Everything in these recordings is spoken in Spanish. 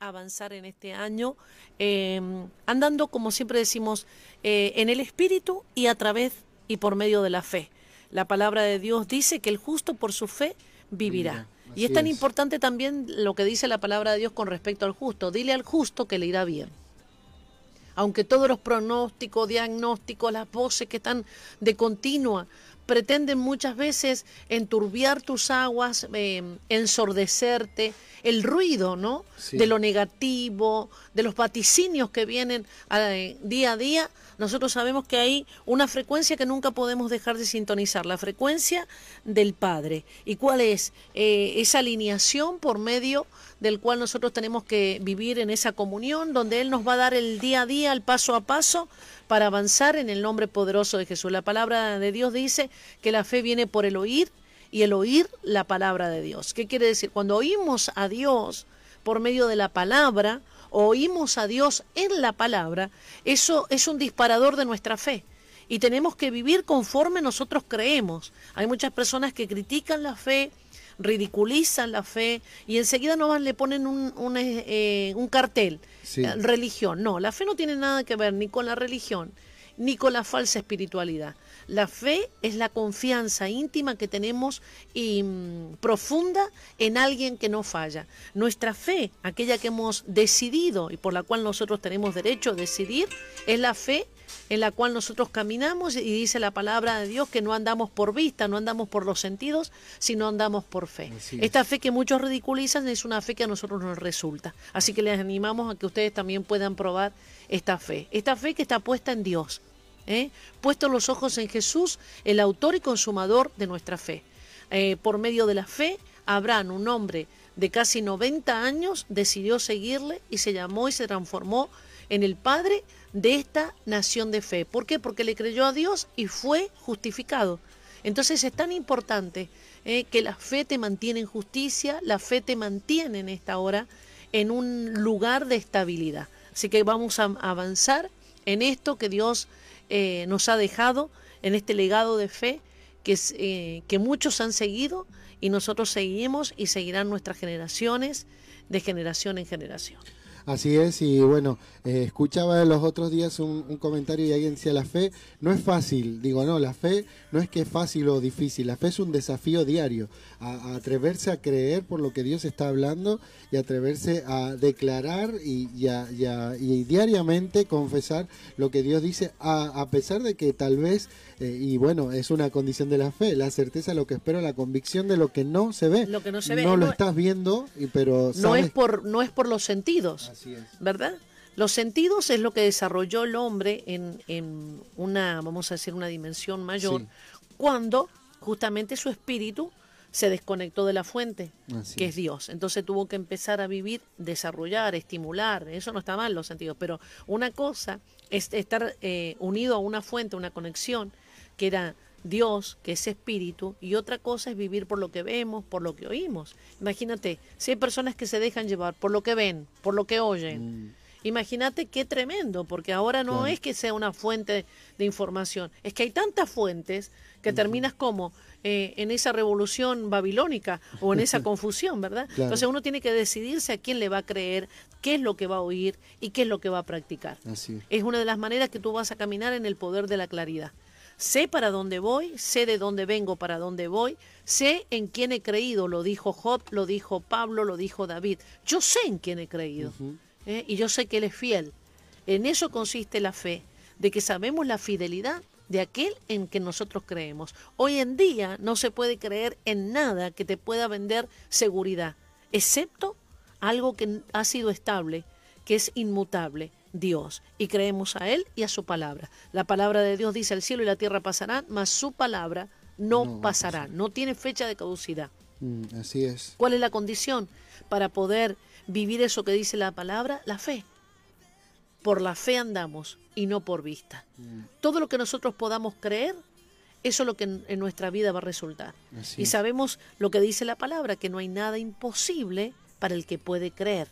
avanzar en este año, andando, como siempre decimos, en el Espíritu y a través y por medio de la fe. La palabra de Dios dice que el justo por su fe vivirá. Mira, Y es así tan es. importante también lo que dice la palabra de Dios con respecto al justo. Dile al justo que le irá bien. Aunque todos los pronósticos, diagnósticos, las voces que están de continua pretenden muchas veces enturbiar tus aguas, ensordecerte, el ruido, ¿no? Sí. De lo negativo, de los vaticinios que vienen día a día. Nosotros sabemos que hay una frecuencia que nunca podemos dejar de sintonizar, la frecuencia del Padre. ¿Y cuál es? Esa alineación por medio del cual nosotros tenemos que vivir en esa comunión, donde Él nos va a dar el día a día, el paso a paso, para avanzar en el nombre poderoso de Jesús. La palabra de Dios dice que la fe viene por el oír, y el oír la palabra de Dios. ¿Qué quiere decir? Cuando oímos a Dios por medio de la palabra, oímos a Dios en la palabra, eso es un disparador de nuestra fe. Y tenemos que vivir conforme nosotros creemos. Hay muchas personas que critican la fe, ridiculizan la fe y enseguida nomás le ponen un cartel, Sí. Religión. No, la fe no tiene nada que ver ni con la religión, ni con la falsa espiritualidad. La fe es la confianza íntima que tenemos y profunda en alguien que no falla. Nuestra fe, aquella que hemos decidido y por la cual nosotros tenemos derecho a decidir, es la fe en la cual nosotros caminamos, y dice la palabra de Dios que no andamos por vista, no andamos por los sentidos, sino andamos por fe. Esta fe que muchos ridiculizan es una fe que a nosotros nos resulta. Así que les animamos a que ustedes también puedan probar esta fe que está puesta en Dios. Puestos los ojos en Jesús, el autor y consumador de nuestra fe. Por medio de la fe, Abraham, un hombre de casi 90 años, decidió seguirle y se llamó y se transformó en el padre de esta nación de fe. ¿Por qué? Porque le creyó a Dios y fue justificado. Entonces es tan importante que la fe te mantiene en justicia, la fe te mantiene en esta hora en un lugar de estabilidad. Así que vamos a avanzar en esto que Dios nos ha dejado, en este legado de fe que muchos han seguido, y nosotros seguimos y seguirán nuestras generaciones de generación en generación. Así es, y bueno, escuchaba los otros días un comentario y alguien decía, la fe no es fácil. Digo, no, la fe no es que es fácil o difícil, la fe es un desafío diario, a atreverse a creer por lo que Dios está hablando y atreverse a declarar y diariamente confesar lo que Dios dice, a pesar de que tal vez, y bueno, es una condición de la fe, la certeza de lo que espero, la convicción de lo que no se ve. Lo que no se ve. No lo estás viendo, pero sabes. No es por los sentidos. Así es. ¿Verdad? Los sentidos es lo que desarrolló el hombre en una, vamos a decir, una dimensión mayor, sí, cuando justamente su espíritu se desconectó de la fuente, que es Dios. Entonces tuvo que empezar a vivir, desarrollar, estimular. Eso no está mal, los sentidos, pero una cosa es estar unido a una fuente, una conexión, que era Dios, que es espíritu, y otra cosa es vivir por lo que vemos, por lo que oímos. Imagínate, si hay personas que se dejan llevar por lo que ven, por lo que oyen, imagínate qué tremendo, porque ahora no es que sea una fuente de información, es que hay tantas fuentes que terminas como en esa revolución babilónica o en esa confusión, ¿verdad? Entonces uno tiene que decidirse a quién le va a creer, qué es lo que va a oír y qué es lo que va a practicar. Es una de las maneras que tú vas a caminar en el poder de la claridad. Sé para dónde voy, sé de dónde vengo, para dónde voy, sé en quién he creído, lo dijo Job, lo dijo Pablo, lo dijo David. Yo sé en quién he creído, y yo sé que Él es fiel. En eso consiste la fe, de que sabemos la fidelidad de aquel en que nosotros creemos. Hoy en día no se puede creer en nada que te pueda vender seguridad, excepto algo que ha sido estable, que es inmutable, Dios, y creemos a Él y a su palabra. La palabra de Dios dice, el cielo y la tierra pasarán, mas su palabra no pasará, no tiene fecha de caducidad. Así es. ¿Cuál es la condición para poder vivir eso que dice la palabra? La fe. Por la fe andamos y no por vista. Todo lo que nosotros podamos creer, eso es lo que en nuestra vida va a resultar. Y sabemos lo que dice la palabra, que no hay nada imposible para el que puede creer.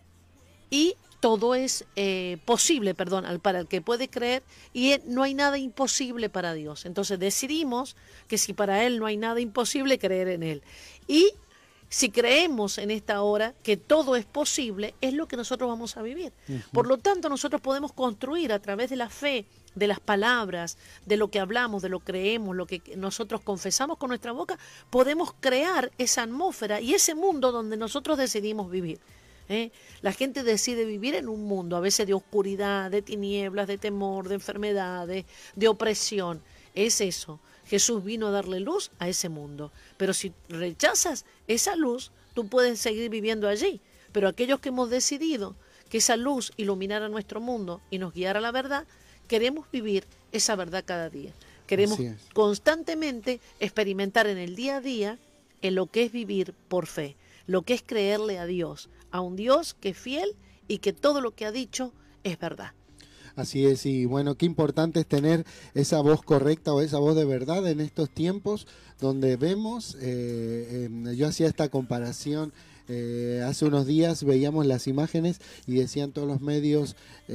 Y todo es posible, para el que puede creer, y no hay nada imposible para Dios. Entonces decidimos que si para Él no hay nada imposible, creer en Él. Y si creemos en esta hora que todo es posible, es lo que nosotros vamos a vivir. Por lo tanto, nosotros podemos construir a través de la fe, de las palabras, de lo que hablamos, de lo que creemos, lo que nosotros confesamos con nuestra boca, podemos crear esa atmósfera y ese mundo donde nosotros decidimos vivir. La gente decide vivir en un mundo a veces de oscuridad, de tinieblas, de temor, de enfermedades, de opresión. Es eso. Jesús vino a darle luz a ese mundo. Pero si rechazas esa luz, tú puedes seguir viviendo allí. Pero aquellos que hemos decidido que esa luz iluminara nuestro mundo y nos guiara a la verdad, queremos vivir esa verdad cada día. Queremos constantemente experimentar en el día a día en lo que es vivir por fe, lo que es creerle a Dios, a un Dios que es fiel y que todo lo que ha dicho es verdad. Así es, y bueno, qué importante es tener esa voz correcta o esa voz de verdad en estos tiempos donde vemos, yo hacía esta comparación, hace unos días veíamos las imágenes y decían todos los medios,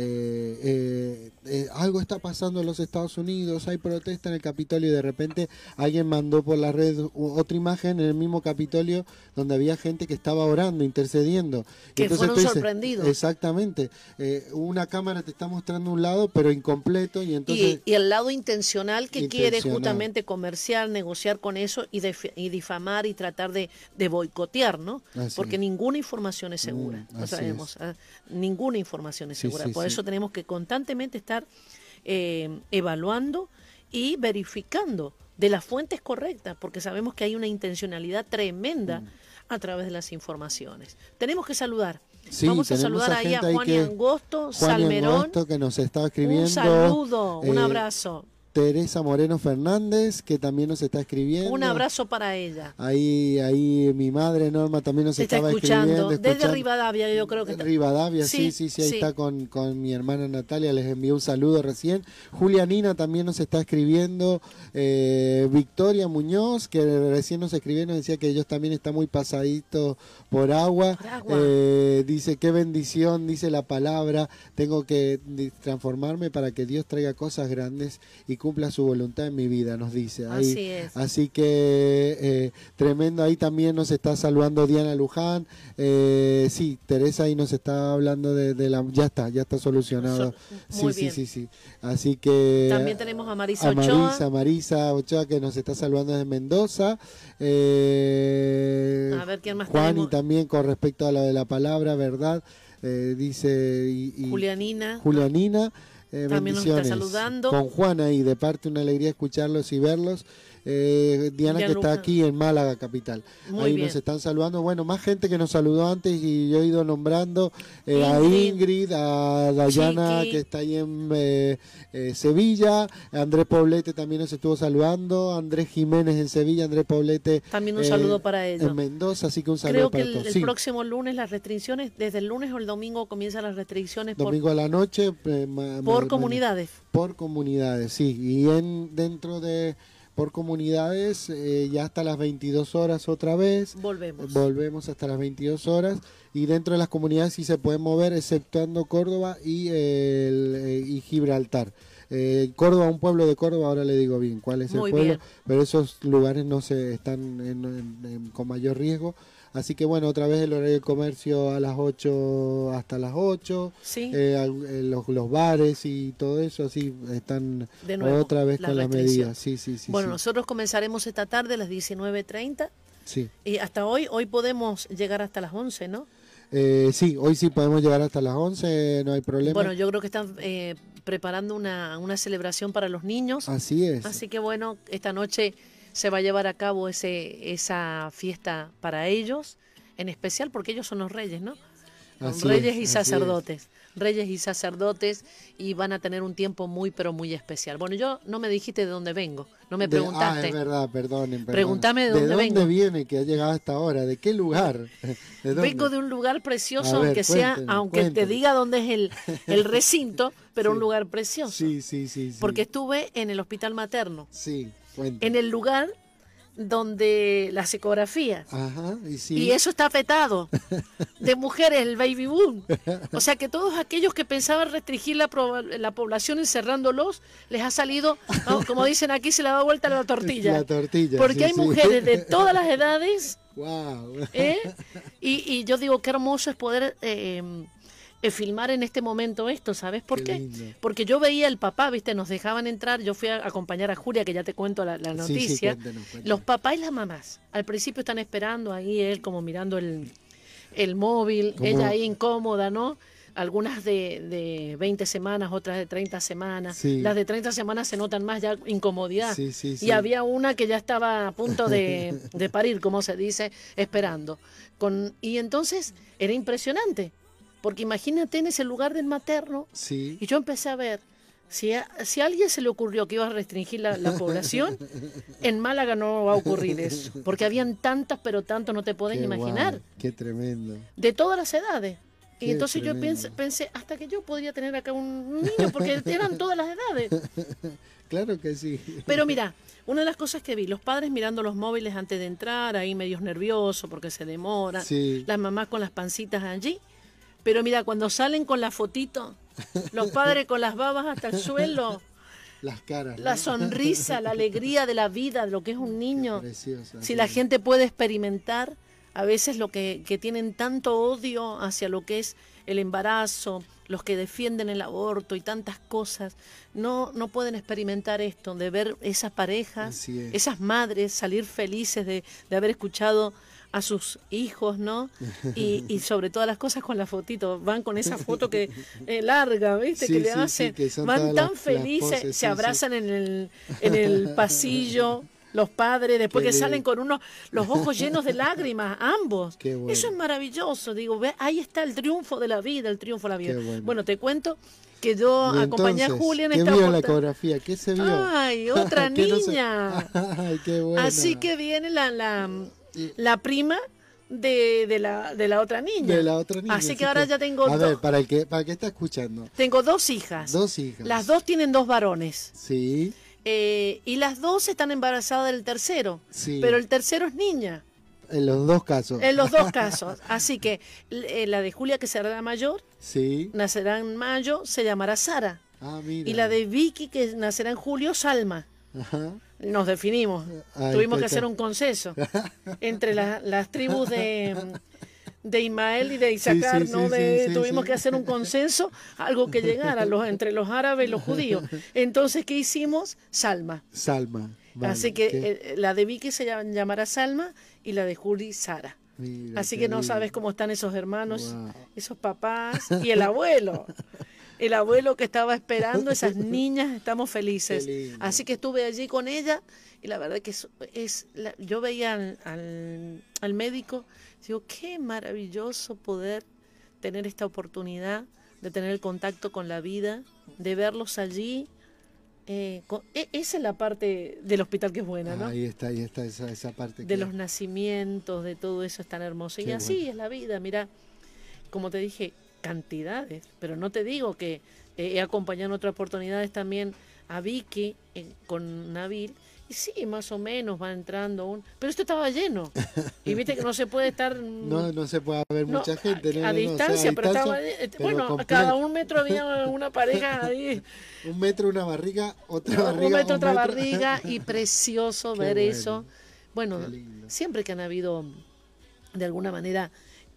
algo está pasando en los Estados Unidos, hay protesta en el Capitolio, y de repente alguien mandó por la red otra imagen en el mismo Capitolio donde había gente que estaba orando, intercediendo. Que entonces fueron sorprendidos. Exactamente, una cámara te está mostrando un lado pero incompleto y entonces... Y el lado intencional que quiere justamente comerciar, negociar con eso y difamar y tratar de boicotear, ¿no? Porque ninguna información es segura, lo sabemos, ninguna información es segura. Por eso tenemos que constantemente estar evaluando y verificando de las fuentes correctas, porque sabemos que hay una intencionalidad tremenda a través de las informaciones. Tenemos que saludar. Vamos a saludar ahí a Juan y Angosto, Salmerón, que nos está escribiendo. Un saludo, un abrazo. Teresa Moreno Fernández, que también nos está escribiendo. Un abrazo para ella. Ahí mi madre Norma también nos estaba escribiendo. Desde Rivadavia, yo creo que está. Rivadavia, sí, ahí está con mi hermana Natalia, les envió un saludo recién. Julianina también nos está escribiendo. Victoria Muñoz, que recién nos escribió, nos decía que ellos también están muy pasaditos por agua. Dice, qué bendición, dice la palabra, tengo que transformarme para que Dios traiga cosas grandes y cumpla su voluntad en mi vida, nos dice. Ahí, así es. Así que tremendo, ahí también nos está saludando Diana Luján. Sí, Teresa ahí nos está hablando de la... Ya está solucionado. Muy bien. Sí. Así que... También tenemos a Marisa Ochoa. Marisa Ochoa, que nos está saludando desde Mendoza. A ver, ¿quién más Juan, tenemos? Y también con respecto a lo de la palabra, ¿verdad? Dice... Julianina. También nos está saludando. Con Juan ahí, de parte una alegría escucharlos y verlos. Diana, que está aquí en Málaga, capital. Muy bien. Nos están saludando. Bueno, más gente que nos saludó antes y yo he ido nombrando a Ingrid, a Dayana, que está ahí en Sevilla. Andrés Poblete también nos estuvo saludando. Andrés Jiménez en Sevilla, Andrés Poblete. También un saludo para ellos. En Mendoza, así que un saludo para todos. Creo que el próximo lunes las restricciones, desde el lunes o el domingo comienzan las restricciones. Domingo a la noche. Por comunidades. Por comunidades, sí. Y dentro de... Por comunidades, ya hasta las 22 horas otra vez. Volvemos hasta las 22 horas. Y dentro de las comunidades sí se pueden mover, exceptuando Córdoba y Gibraltar. Córdoba, un pueblo de Córdoba, ahora le digo bien cuál es el pueblo. Bien. Pero esos lugares no se están con mayor riesgo. Así que bueno, otra vez el horario de comercio a las 8 hasta las 8. Sí. Los bares y todo eso así están de nuevo, otra vez con las medidas. Sí. Bueno, nosotros comenzaremos esta tarde a las 19:30. Sí. Y hasta hoy podemos llegar hasta las 11, ¿no? Sí, hoy sí podemos llegar hasta las 11, no hay problema. Bueno, yo creo que están preparando una celebración para los niños. Así es. Así que bueno, esta noche se va a llevar a cabo esa fiesta para ellos, en especial porque ellos son los reyes, ¿no? Reyes y sacerdotes. Reyes y sacerdotes, y van a tener un tiempo muy, pero muy especial. Bueno, yo no me dijiste de dónde vengo, no me preguntaste. Es verdad, perdonen. Pregúntame de dónde vengo. ¿De dónde viene que ha llegado hasta ahora? ¿De qué lugar? Vengo de un lugar precioso, aunque te diga dónde es el recinto, pero un lugar precioso. Sí. Porque estuve en el hospital materno. Sí, cuéntame. En el lugar donde las ecografías. Ajá, y eso está petado de mujeres, el baby boom. O sea que todos aquellos que pensaban restringir la población encerrándolos, les ha salido, como dicen aquí, se le ha dado vuelta la tortilla. La tortilla. Porque hay mujeres de todas las edades Wow. Y yo digo, qué hermoso es poder filmar en este momento esto, ¿sabes por qué? Lindo. Porque yo veía el papá, ¿viste? Nos dejaban entrar, yo fui a acompañar a Julia, que ya te cuento la noticia. Sí, cuéntanos. Los papás y las mamás, al principio están esperando ahí, él como mirando el móvil, ella ahí incómoda, ¿no? Algunas de 20 semanas, otras de 30 semanas. Sí. Las de 30 semanas se notan más ya incomodidad. Sí. Y había una que ya estaba a punto de parir, como se dice, esperando. Y entonces era impresionante, porque imagínate en ese lugar del materno. Sí. Y yo empecé a ver, si a alguien se le ocurrió que iba a restringir la población, en Málaga no va a ocurrir eso, porque habían tantas, pero tantos, no te puedes imaginar. Guau, qué tremendo. De todas las edades. Y Qué entonces tremendo. yo pensé, hasta que yo podría tener acá un niño, porque eran todas las edades. Claro que sí. Pero mira, una de las cosas que vi, los padres mirando los móviles antes de entrar, ahí medios nerviosos porque se demora, Sí. las mamás con las pancitas allí. Pero mira, cuando salen con la fotito, los padres con las babas hasta el suelo, Las caras. la ¿no? sonrisa, la alegría de la vida, de lo que es un niño. Qué precioso. Si la gente puede experimentar a veces lo que tienen tanto odio hacia lo que es el embarazo, los que defienden el aborto y tantas cosas, no pueden experimentar esto, de ver esas parejas, Así es. esas madres salir felices de haber escuchado a sus hijos, ¿no? Y sobre todas las cosas con la fotito, van con esa foto que larga, ¿viste? Sí, que le sí, hacen, que son van todas tan las felices, poses, se sí, abrazan en el pasillo. Los padres, después Qué que salen lindo. con los ojos llenos de lágrimas, ambos. Qué bueno. Eso es maravilloso, digo, ve, ahí está el triunfo de la vida, el triunfo de la vida. Qué bueno. Te cuento que yo Y acompañé a entonces, Julia en ¿qué esta vio en la oportunidad. ecografía? ¿Qué se vio? Ay, otra Que no se- niña. Ay, qué bueno. Así que viene la prima de la otra niña. De la otra niña. Así que ahora ya tengo A ver, para el que está escuchando. tengo 2 hijas. 2 hijas. Las 2 tienen 2 varones. Sí, Y las 2 están embarazadas del tercero. sí. Pero el tercero es niña. En los 2 casos. En los 2 casos. Así que la de Julia, que será la mayor, Sí. nacerá en mayo, se llamará Sara. Ah, mira. Y la de Vicky, que nacerá en julio, Salma. Ajá. Nos definimos. Ahí Tuvimos está, que hacer un consenso entre las tribus de Ismael y de Isaacar, sí, ¿no? sí, Tuvimos sí. que hacer un consenso, algo que llegara entre los árabes y los judíos. Entonces, ¿qué hicimos? Salma. Salma. Vale, Así que la de Vicky se llamará Salma y la de Juli Sara. mira, Así qué que no lindo. sabes cómo están esos hermanos, Wow. esos papás y el abuelo. El abuelo que estaba esperando, esas niñas, estamos felices. Qué lindo. Así que estuve allí con ella y la verdad que yo veía al médico, digo, qué maravilloso poder tener esta oportunidad de tener el contacto con la vida, de verlos allí. Esa es la parte del hospital que es buena, ¿no? Ahí está esa parte. De los nacimientos, de todo eso es tan hermoso. Qué Y así bueno. es la vida, mira, como te dije, cantidades, pero no te digo que he acompañado en otras oportunidades también a Vicky con Nabil, y sí, más o menos va entrando pero esto estaba lleno, y viste que no se puede estar No se puede ver no, mucha gente. a distancia, pero estaba, bueno, a completo. cada 1 metro había una pareja ahí, 1 metro una barriga, otra 1 barriga. metro otra 1 metro. barriga, y precioso Qué ver bueno. eso. Bueno, Qué lindo. siempre que han habido, de alguna manera,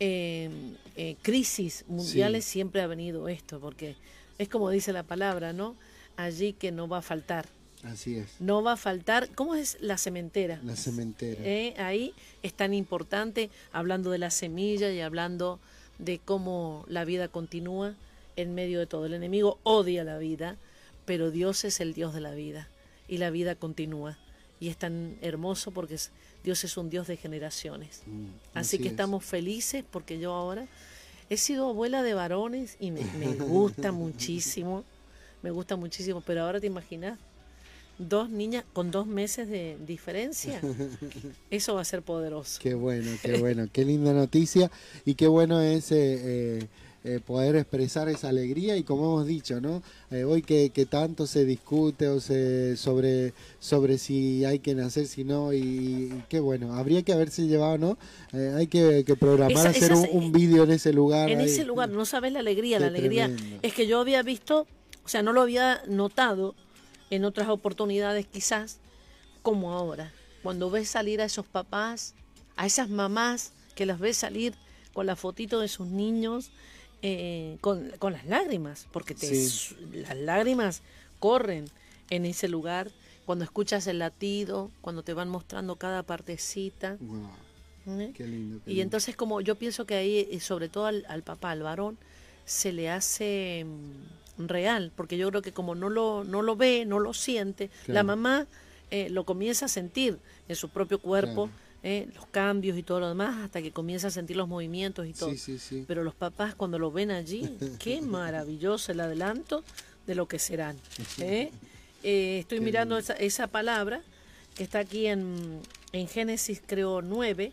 crisis mundiales, Sí. siempre ha venido esto, porque es como dice la palabra, ¿no? Allí que no va a faltar. Así es. No va a faltar, ¿cómo es la cementera? La cementera. Ahí es tan importante, hablando de la semilla y hablando de cómo la vida continúa en medio de todo. El enemigo odia la vida, pero Dios es el Dios de la vida y la vida continúa. Y es tan hermoso porque Dios es un Dios de generaciones. Así que es. estamos felices porque yo ahora he sido abuela de varones y me gusta muchísimo, pero ahora te imaginas, 2 niñas con 2 meses de diferencia, eso va a ser poderoso. Qué bueno, qué linda noticia y qué bueno es poder expresar esa alegría y como hemos dicho, ¿no? Hoy que tanto se discute sobre si hay que nacer, si no, y qué bueno, habría que haberse llevado, ¿no? Hay que programar hacer un vídeo en ese lugar. En ahí. ese lugar, no sabes la alegría, Qué la alegría tremendo. es que yo había visto, o sea, no lo había notado en otras oportunidades quizás, como ahora, cuando ves salir a esos papás a esas mamás que las ves salir con la fotito de sus niños, con las lágrimas, porque las lágrimas corren en ese lugar, cuando escuchas el latido, cuando te van mostrando cada partecita. Wow. Qué lindo, qué y lindo. Entonces como yo pienso que ahí, sobre todo al papá, al varón, se le hace real, porque yo creo que como no lo ve, no lo siente, Claro. la mamá lo comienza a sentir en su propio cuerpo, los cambios y todo lo demás, hasta que comienza a sentir los movimientos y todo. Sí. Pero los papás cuando lo ven allí, qué maravilloso el adelanto de lo que serán. Estoy mirando esa palabra que está aquí en Génesis, creo, 9,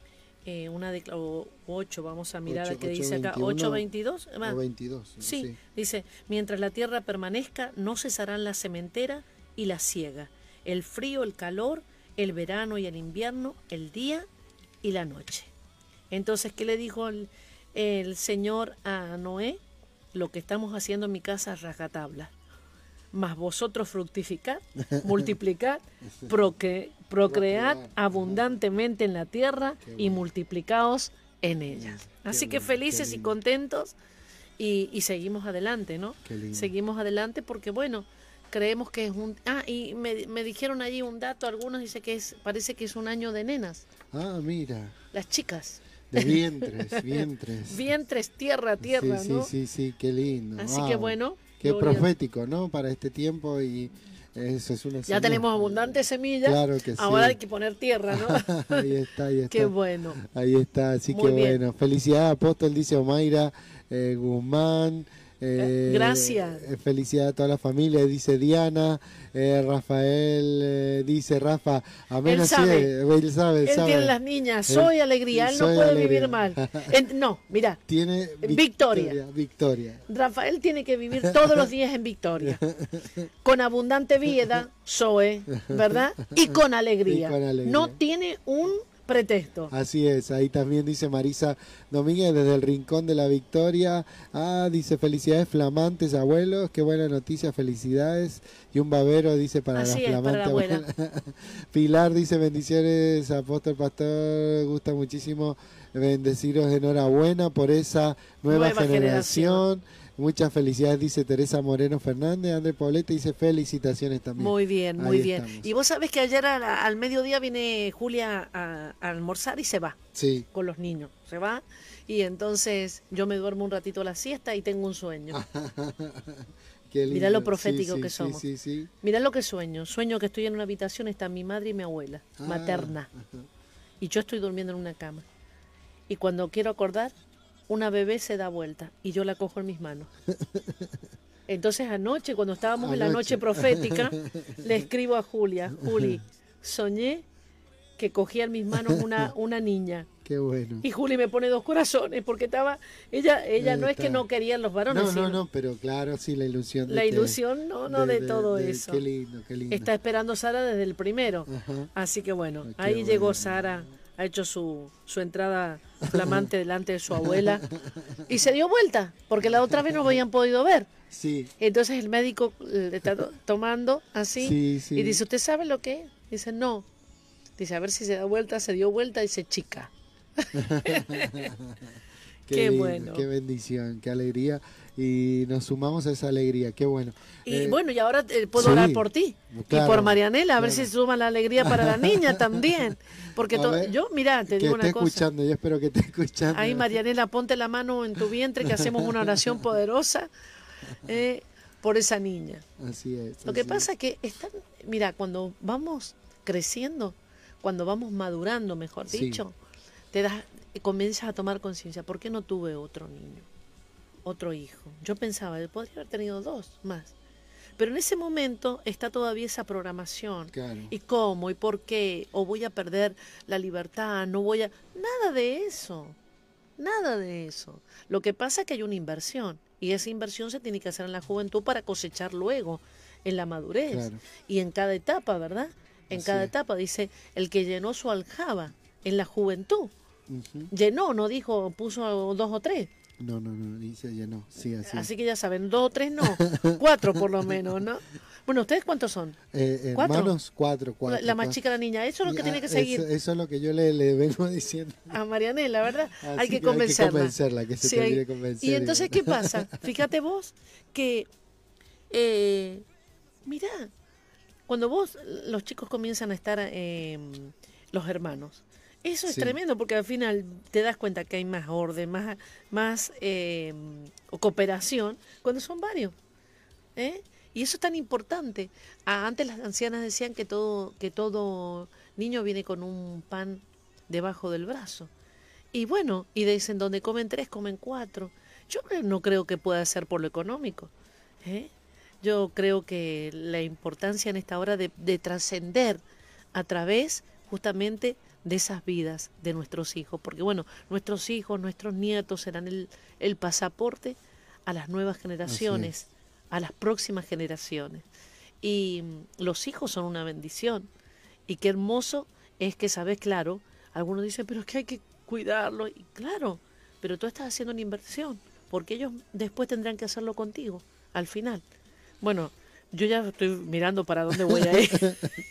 o 8, vamos a mirar 8, qué dice acá, 8:22. 8:22. O 22. Sí, dice, mientras la tierra permanezca, no cesarán la sementera y la siega, el frío, el calor, el verano y el invierno, el día y la noche. Entonces, ¿qué le dijo el Señor a Noé? Lo que estamos haciendo en mi casa es rajatabla. Mas vosotros fructificad, multiplicad, procread abundantemente en la tierra y multiplicaos en ellas. Así que felices y contentos y seguimos adelante, ¿no? Seguimos adelante porque, bueno, creemos que es un... y me dijeron allí un dato, algunos dicen que parece que es un año de nenas. Mira. Las chicas. De vientres. Vientres, tierra, ¿no? Sí, qué lindo. Así que bueno... Qué profético, ¿no? Para este tiempo, y eso es una señal. Ya tenemos abundante semilla, claro que ahora sí. hay que poner tierra, ¿no? Ahí está. Qué bueno. Ahí está, así Muy que bien. bueno. Felicidades, apóstol, dice Omaira Guzmán. Gracias. Felicidad a toda la familia, dice Diana. Rafael, dice Rafa. Amén. Él sabe. Él sabe. Tiene las niñas, soy alegría, él no puede vivir mal. No, mira. Tiene victoria. Rafael tiene que vivir todos los días en victoria. Con abundante vida, Zoe, ¿verdad? Y con alegría. No tiene un pretexto. Así es, ahí también dice Marisa Domínguez desde el Rincón de la Victoria. Dice felicidades flamantes abuelos, qué buena noticia, felicidades. Y un babero dice para Así la flamante abuela. Pilar dice bendiciones, apóstol pastor, gusta muchísimo bendeciros, enhorabuena por esa nueva generación. Muchas felicidades, dice Teresa Moreno Fernández. André Poblete dice felicitaciones también. Muy bien, Ahí bien. estamos. Y vos sabés que ayer al mediodía viene Julia a almorzar y se va. Sí. Con los niños. Se va y entonces yo me duermo un ratito a la siesta y tengo un sueño. Qué lindo. Mirá lo profético que somos. Sí. Mirá lo que sueño. Sueño que estoy en una habitación, está mi madre y mi abuela, materna. Y yo estoy durmiendo en una cama. Y cuando quiero acordar, una bebé se da vuelta y yo la cojo en mis manos. Entonces anoche, cuando estábamos en la noche profética, le escribo a Julia, Juli, soñé que cogía en mis manos una niña. Qué bueno. Y Juli me pone 2 corazones porque estaba, ella no es que no querían los varones. No, pero claro, sí, la ilusión. La ilusión de todo eso. Qué lindo. Está esperando Sara desde el primero. Así que bueno, ahí llegó Sara, ha hecho su entrada flamante delante de su abuela y se dio vuelta, porque la otra vez no habían podido ver. Sí. Entonces el médico le está tomando así Sí. y dice, ¿usted sabe lo que es? Dice, no. Dice, a ver si se da vuelta, se dio vuelta, dice, chica. Qué lindo, bueno. Qué bendición, qué alegría. Y nos sumamos a esa alegría, qué bueno. Y bueno, y ahora puedo orar por ti claro, y por Marianela, a ver si suma la alegría para la niña también. Porque yo, mira, te digo una cosa. Escuchando, yo espero que esté escuchando. Ahí, Marianela, ponte la mano en tu vientre que hacemos una oración poderosa por esa niña. Así es. Lo que pasa es que mira, cuando vamos creciendo, cuando vamos madurando, mejor dicho, comienzas a tomar conciencia. ¿Por qué no tuve otro niño? Otro hijo. Yo pensaba, podría haber tenido 2 más. Pero en ese momento está todavía esa programación. Claro. ¿Y cómo? ¿Y por qué? ¿O voy a perder la libertad? ¿No voy a...? Nada de eso. Nada de eso. Lo que pasa es que hay una inversión. Y esa inversión se tiene que hacer en la juventud para cosechar luego en la madurez. Claro. Y en cada etapa, ¿verdad? En cada etapa dice, el que llenó su aljaba en la juventud. Llenó, no dijo, puso 2 o 3. No, dice ya no. Sí, así. Así que ya saben, 2 o 3 no, 4 por lo menos, ¿no? Bueno, ¿ustedes cuántos son? Hermanos, cuatro. La más chica, la niña. Eso es lo que tiene que seguir. Eso es lo que yo le vengo diciendo. A Marianela, ¿verdad? Así hay que convencerla. Hay que convencerla, que se termine de convencer. Y entonces, ¿qué pasa? Fíjate vos que, mirá, cuando los chicos comienzan a estar, los hermanos, eso es tremendo, porque al final te das cuenta que hay más orden, más cooperación, cuando son varios. Y eso es tan importante. Antes las ancianas decían que todo niño viene con un pan debajo del brazo. Y bueno, y dicen, donde comen 3, comen 4. Yo no creo que pueda ser por lo económico. Yo creo que la importancia en esta hora de trascender a través justamente de esas vidas de nuestros hijos. Porque bueno, nuestros hijos, nuestros nietos serán el pasaporte a las nuevas generaciones, a las próximas generaciones. Y los hijos son una bendición. Y qué hermoso es que, sabes, claro, algunos dicen, pero es que hay que cuidarlo. Y claro, pero tú estás haciendo una inversión, porque ellos después tendrán que hacerlo contigo, al final. Bueno, yo ya estoy mirando para dónde voy a ir.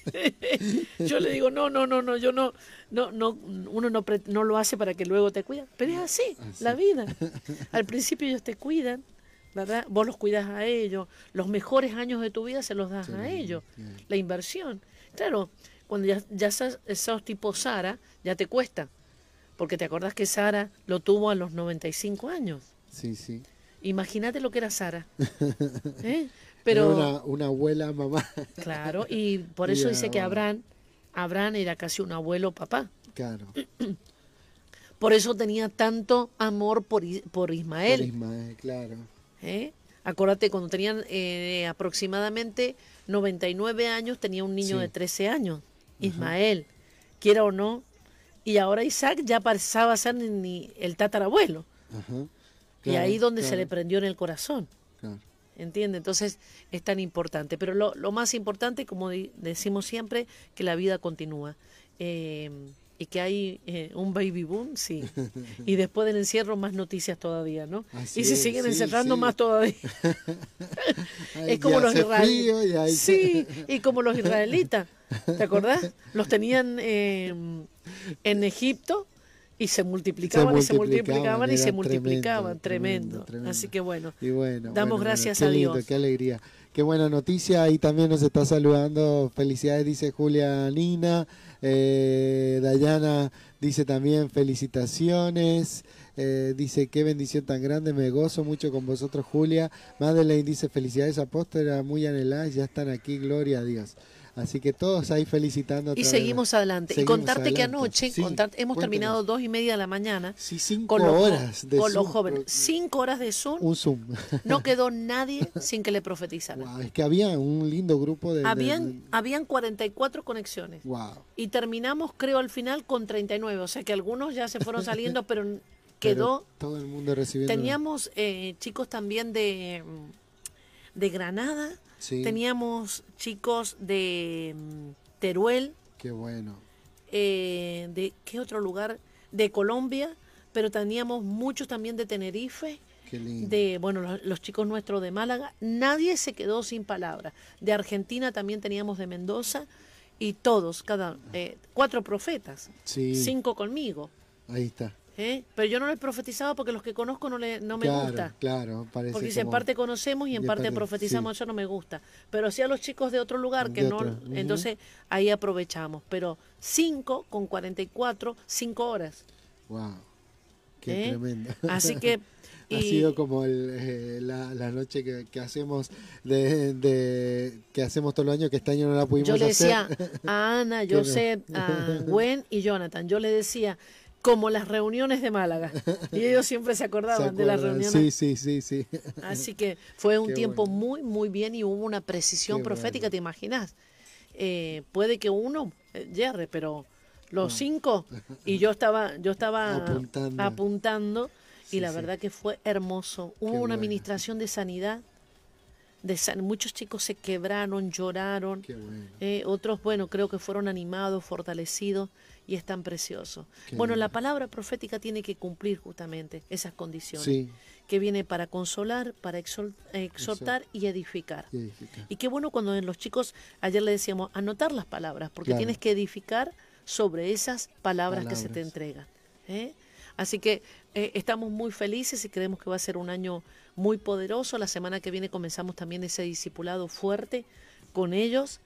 Yo le digo, no, yo no, uno no lo hace para que luego te cuiden. Pero es así, la vida. Al principio ellos te cuidan, ¿verdad? Vos los cuidas a ellos, los mejores años de tu vida se los das a ellos, la inversión. Claro, cuando ya sos tipo Sara, ya te cuesta, porque te acordás que Sara lo tuvo a los 95 años. Sí. Imagínate lo que era Sara. Pero era una abuela, mamá. Claro, y por eso dice que Abraham era casi un abuelo papá. Claro. Por eso tenía tanto amor por Ismael. Por Ismael, claro. Acuérdate, cuando tenían aproximadamente 99 años, tenía un niño de 13 años, Ismael, quiera o no, y ahora Isaac ya pasaba a ser ni el tatarabuelo. Claro, y ahí donde se le prendió en el corazón. Claro. ¿Entiende? Entonces es tan importante. Pero lo más importante, como decimos siempre, que la vida continúa. Y que hay un baby boom, sí. Y después del encierro, más noticias todavía, ¿no? Así y se es, siguen encerrando más todavía. Es como los israelitas. Sí, y como los israelitas. ¿Te acordás? Los tenían en Egipto. Y se multiplicaban. Tremendo. Así que bueno, damos gracias a Dios. Qué alegría. Qué buena noticia. Y también nos está saludando. Felicidades, dice Julia Nina. Dayana dice también felicitaciones. Dice, qué bendición tan grande, me gozo mucho con vosotros, Julia. Madeleine dice, felicidades, apóstola, muy anheladas, ya están aquí, gloria a Dios. Así que todos ahí felicitando. Y seguimos adelante. Y contarte que anoche hemos terminado 2:30 de la mañana. Sí, 5 horas de Zoom. Con los jóvenes. 5 horas de Zoom. Un Zoom. No quedó nadie sin que le profetizara. Wow, es que había un lindo grupo de... Habían 44 conexiones. Wow. Y terminamos, creo, al final con 39. O sea que algunos ya se fueron saliendo, pero quedó... todo el mundo recibiendo... Teníamos chicos también de Granada. Sí. Teníamos chicos de Teruel. Qué bueno. ¿De qué otro lugar? De Colombia, pero teníamos muchos también de Tenerife. Qué lindo. Los chicos nuestros de Málaga. Nadie se quedó sin palabra. De Argentina también teníamos de Mendoza. Y todos, 4 profetas. Sí. 5 conmigo. Ahí está. Pero yo no les profetizaba porque los que conozco no me gusta. Claro, parece. Porque si en parte conocemos y en parte profetizamos, eso no me gusta. Pero sí a los chicos de otro lugar que no, entonces ahí aprovechamos. Pero 5 con 44, 5 horas. Wow, qué tremendo. Así que... Ha sido como la noche que hacemos que hacemos todo el año, que este año no la pudimos hacer. Yo le decía a Ana, José, a Gwen y Jonathan, yo le decía... como las reuniones de Málaga. Y ellos siempre se acordaban de las reuniones. Sí. Así que fue un tiempo muy, muy bien y hubo una precisión profética, ¿te imaginas? Puede que uno yerre, pero los 5, y yo estaba apuntando y la verdad que fue hermoso. Hubo una administración de sanidad muchos chicos se quebraron, lloraron. Qué bueno. Otros, bueno, creo que fueron animados, fortalecidos y están preciosos. Qué Bueno, lindo. la palabra profética tiene que cumplir justamente esas condiciones, Sí. que viene para consolar, para exhortar y edificar. Y edificar. Y qué bueno cuando los chicos, ayer le decíamos, anotar las palabras, porque Claro. tienes que edificar sobre esas palabras que se te Palabras. entregan. Así que estamos muy felices y creemos que va a ser un año muy poderoso. La semana que viene comenzamos también ese discipulado fuerte con ellos,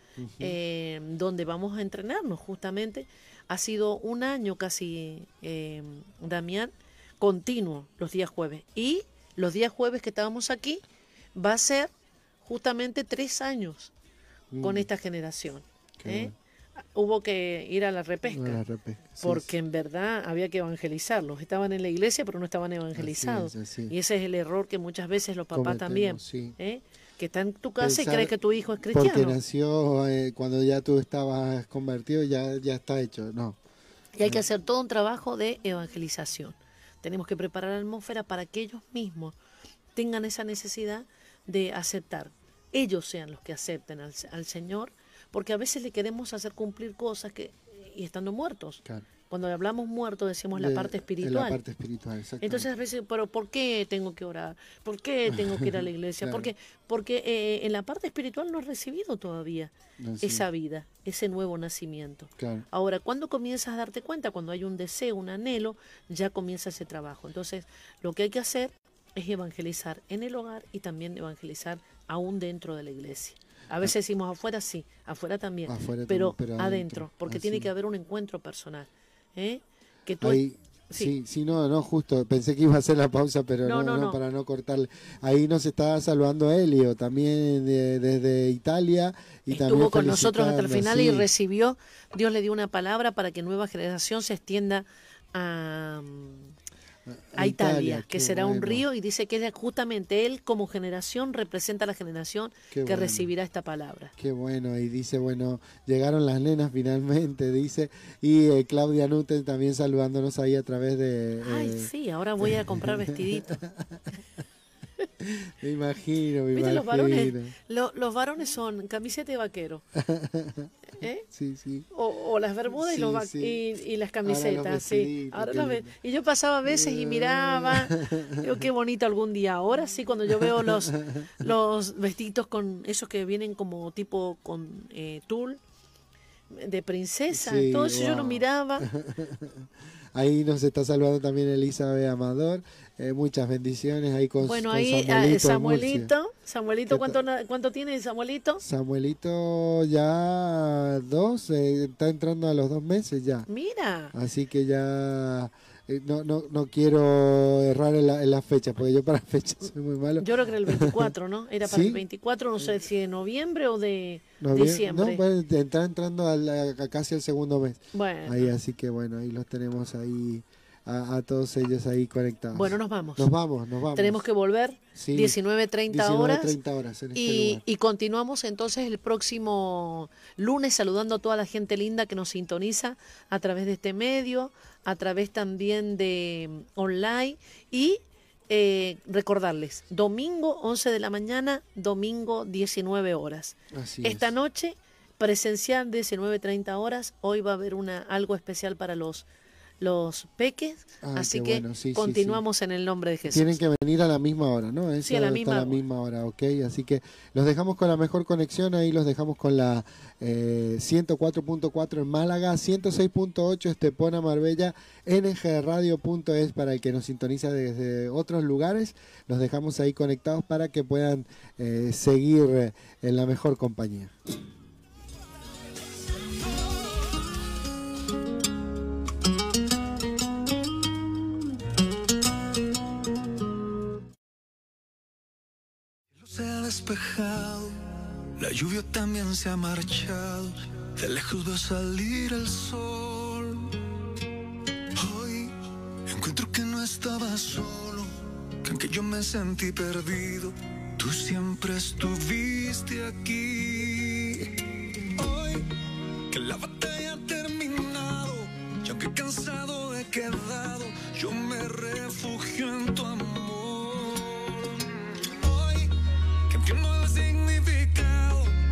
donde vamos a entrenarnos justamente. Ha sido un año casi, Damián, continuo los días jueves. Y los días jueves que estábamos aquí va a ser justamente 3 años con esta generación. Qué bueno. Hubo que ir a la repesca, La repesca, sí, porque en verdad había que evangelizarlos. Estaban en la iglesia, pero no estaban evangelizados. así es. Y ese es el error que muchas veces los papás Cometemos, también, sí. que está en tu casa Pensar y crees que tu hijo es Porque cristiano. nació cuando ya tú estabas convertido, ya está hecho. No. Y hay que hacer todo un trabajo de evangelización. Tenemos que preparar la atmósfera para que ellos mismos tengan esa necesidad de aceptar. Ellos sean los que acepten al Señor, porque a veces le queremos hacer cumplir cosas y estando muertos. Claro. Cuando hablamos muertos decimos la parte En espiritual. la parte espiritual, exactamente. Entonces a veces, pero ¿por qué tengo que orar? ¿Por qué tengo que ir a la iglesia? Claro. Porque en la parte espiritual no he recibido todavía No, sí. esa vida, ese nuevo nacimiento. Claro. Ahora, ¿cuándo comienzas a darte cuenta? Cuando hay un deseo, un anhelo, ya comienza ese trabajo. Entonces, lo que hay que hacer es evangelizar en el hogar y también evangelizar aún dentro de la iglesia. A veces decimos afuera, sí, afuera también, Afuera pero, también, pero adentro, porque tiene así. que haber un encuentro personal. Que tú Ahí, sí, no, justo. Pensé que iba a hacer la pausa, pero no, para no cortarle. Ahí nos está saludando Elio, también desde Italia. Y estuvo también con nosotros hasta el final y sí. recibió, Dios le dio una palabra para que nueva generación se extienda a Italia, que será un río, y dice que justamente él como generación representa la generación que recibirá esta palabra. Qué bueno, y dice, bueno, llegaron las nenas finalmente, dice, y Claudia Nuten también saludándonos ahí a través de... Ay, sí, ahora voy a comprar vestiditos. Me imagino, ¿Viste los varones? Los varones son camiseta y vaquero. Sí, sí. O las bermudas Sí, y las camisetas, sí. Ahora qué y yo pasaba a veces y miraba, digo, qué bonito algún día. Ahora sí, cuando yo veo los vestiditos con esos que vienen como tipo con tul, de princesa, Sí, todo eso yo lo wow. miraba. Ahí nos está saludando también Elizabeth Amador. Muchas bendiciones ahí con Bueno, con ahí Samuelito, ¿cuánto tiene Samuelito? Samuelito ya 2, está entrando a los 2 meses ya. Mira. Así que ya no quiero errar en la fecha, porque yo para fechas soy muy malo. Yo creo que era el 24, ¿no? Era para ¿Sí? el 24, no sé si de noviembre o de Bien, diciembre. No, bueno, está entrando a casi el segundo mes. Bueno. Ahí, así que bueno, ahí los tenemos ahí, a todos ellos ahí conectados. Bueno, nos vamos. Nos vamos. Tenemos que volver, Sí, 19:30 horas. 19:30 horas en este lugar. Y continuamos entonces el próximo lunes saludando a toda la gente linda que nos sintoniza a través de este medio, a través también de online y recordarles, domingo 11 de la mañana, domingo 19 horas. Así Esta es. noche presencial 19:30 horas, hoy va a haber algo especial para los peques, así qué que bueno, sí, continuamos en el nombre de Jesús. Tienen que venir a la misma hora, ¿no? Sí, a la misma hora, ok. Así que los dejamos con la mejor conexión, ahí los dejamos con la 104.4 en Málaga, 106.8 Estepona, Marbella, ngradio.es para el que nos sintoniza desde otros lugares. Los dejamos ahí conectados para que puedan seguir en la mejor compañía. Se ha despejado, la lluvia también se ha marchado, de lejos veo salir el sol. Hoy encuentro que no estaba solo, que aunque yo me sentí perdido, tú siempre estuviste aquí. Hoy que la batalla